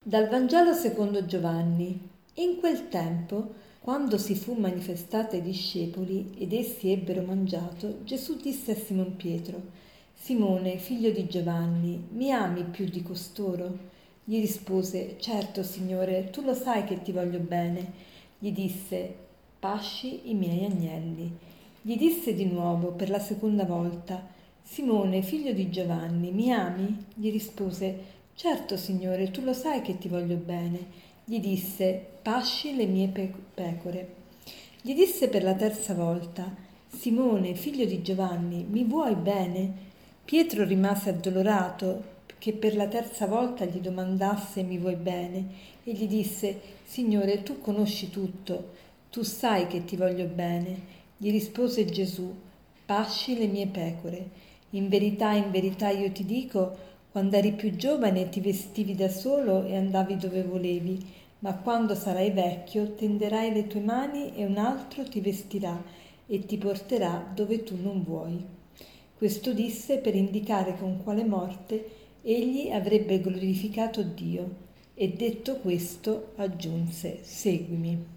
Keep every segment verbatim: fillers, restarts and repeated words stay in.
Dal Vangelo secondo Giovanni. In quel tempo, quando si fu manifestata ai discepoli ed essi ebbero mangiato, Gesù disse a Simon Pietro: Simone, figlio di Giovanni, mi ami più di costoro? Gli rispose: Certo, Signore, tu lo sai che ti voglio bene. Gli disse: Pasci i miei agnelli. Gli disse di nuovo per la seconda volta: Simone, figlio di Giovanni, mi ami? Gli rispose: Certo, Signore, tu lo sai che ti voglio bene. Gli disse: Pasci le mie pe- pecore. Gli disse per la terza volta: Simone, figlio di Giovanni, mi vuoi bene? Pietro rimase addolorato che per la terza volta gli domandasse: mi vuoi bene? E gli disse: Signore, tu conosci tutto, tu sai che ti voglio bene. Gli rispose Gesù: Pasci le mie pecore. In verità, in verità io ti dico, quando eri più giovane ti vestivi da solo e andavi dove volevi, ma quando sarai vecchio tenderai le tue mani e un altro ti vestirà e ti porterà dove tu non vuoi. Questo disse per indicare con quale morte egli avrebbe glorificato Dio, e detto questo aggiunse: Seguimi.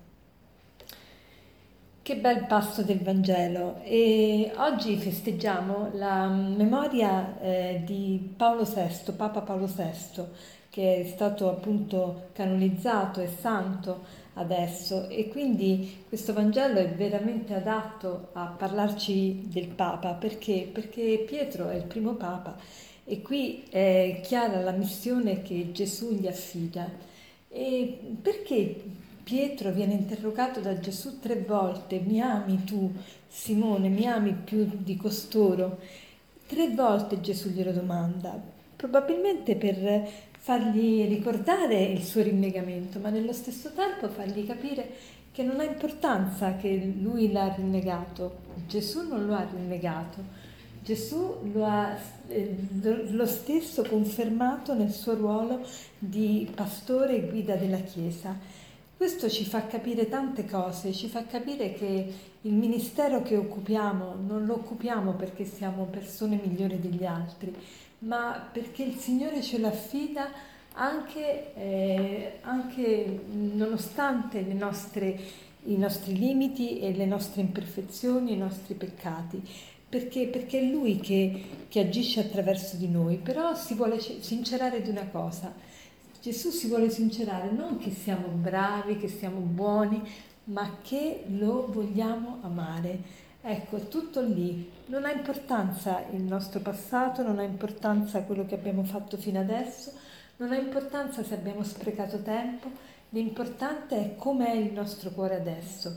Che bel passo del Vangelo, e oggi festeggiamo la memoria eh, di Paolo sesto, Papa Paolo sesto, che è stato appunto canonizzato e santo adesso, e quindi questo Vangelo è veramente adatto a parlarci del Papa, perché? Perché Pietro è il primo Papa e qui è chiara la missione che Gesù gli affida. E perché Pietro viene interrogato da Gesù tre volte: mi ami tu, Simone, mi ami più di costoro? Tre volte Gesù glielo domanda, probabilmente per fargli ricordare il suo rinnegamento, ma nello stesso tempo fargli capire che non ha importanza che lui l'ha rinnegato, Gesù non lo ha rinnegato. Gesù lo ha eh, lo stesso confermato nel suo ruolo di pastore e guida della Chiesa. Questo ci fa capire tante cose, ci fa capire che il ministero che occupiamo non lo occupiamo perché siamo persone migliori degli altri, ma perché il Signore ce l'affida anche, eh, anche nonostante le nostre, i nostri limiti e le nostre imperfezioni, i nostri peccati. Perché, perché è Lui che, che agisce attraverso di noi, però si vuole sincerare di una cosa. Gesù si vuole sincerare non che siamo bravi, che siamo buoni, ma che lo vogliamo amare. Ecco, è tutto lì. Non ha importanza il nostro passato, non ha importanza quello che abbiamo fatto fino adesso, non ha importanza se abbiamo sprecato tempo, l'importante è com'è il nostro cuore adesso.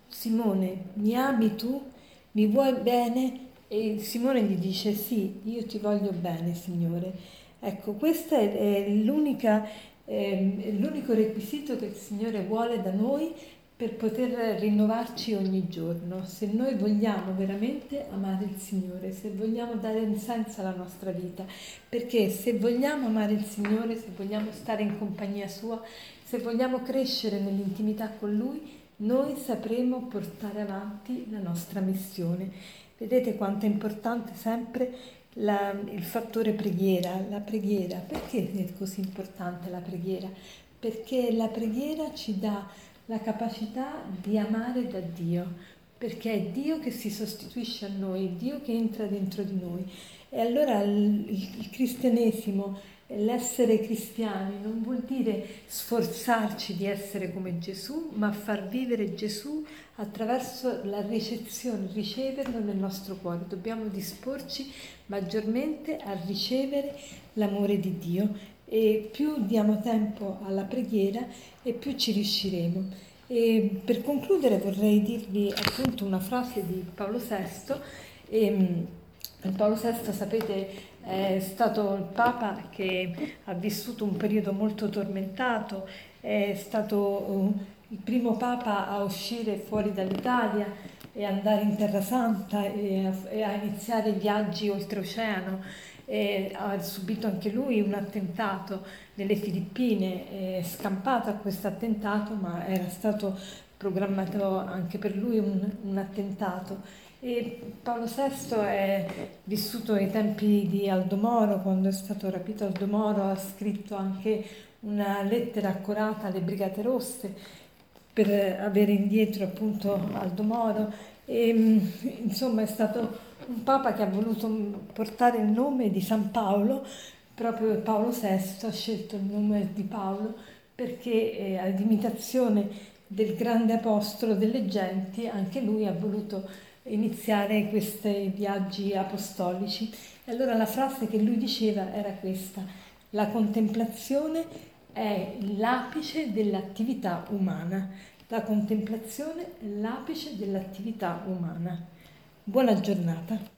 Simone, mi ami tu? Mi vuoi bene? E Simone gli dice: sì, io ti voglio bene, Signore. Ecco, questo è, è l'unica, eh, l'unico requisito che il Signore vuole da noi per poter rinnovarci ogni giorno. Se noi vogliamo veramente amare il Signore, se vogliamo dare un senso alla nostra vita, perché se vogliamo amare il Signore, se vogliamo stare in compagnia Sua, se vogliamo crescere nell'intimità con Lui, noi sapremo portare avanti la nostra missione. Vedete quanto è importante sempre la, il fattore preghiera, la preghiera. Perché è così importante la preghiera? Perché la preghiera ci dà la capacità di amare da Dio, perché è Dio che si sostituisce a noi, è Dio che entra dentro di noi. E allora il, il, il cristianesimo, l'essere cristiani non vuol dire sforzarci di essere come Gesù, ma far vivere Gesù attraverso la ricezione, riceverlo nel nostro cuore. Dobbiamo disporci maggiormente a ricevere l'amore di Dio, e più diamo tempo alla preghiera e più ci riusciremo. E per concludere vorrei dirvi appunto una frase di Paolo sesto. E, Paolo sesto, sapete, è stato il Papa che ha vissuto un periodo molto tormentato, è stato uh, il primo Papa a uscire fuori dall'Italia e andare in Terra Santa e a, e a iniziare viaggi oltreoceano. E ha subito anche lui un attentato nelle Filippine, è scampato a questo attentato, ma era stato programmato anche per lui un, un attentato. E Paolo sesto è vissuto ai tempi di Aldo Moro, quando è stato rapito Aldo Moro, ha scritto anche una lettera accurata alle Brigate Rosse per avere indietro appunto Aldo Moro e insomma è stato un papa che ha voluto portare il nome di San Paolo, proprio Paolo sesto ha scelto il nome di Paolo perché eh, ad imitazione del grande apostolo delle genti anche lui ha voluto iniziare questi viaggi apostolici. E allora la frase che lui diceva era questa: la contemplazione è l'apice dell'attività umana. La contemplazione è l'apice dell'attività umana. Buona giornata.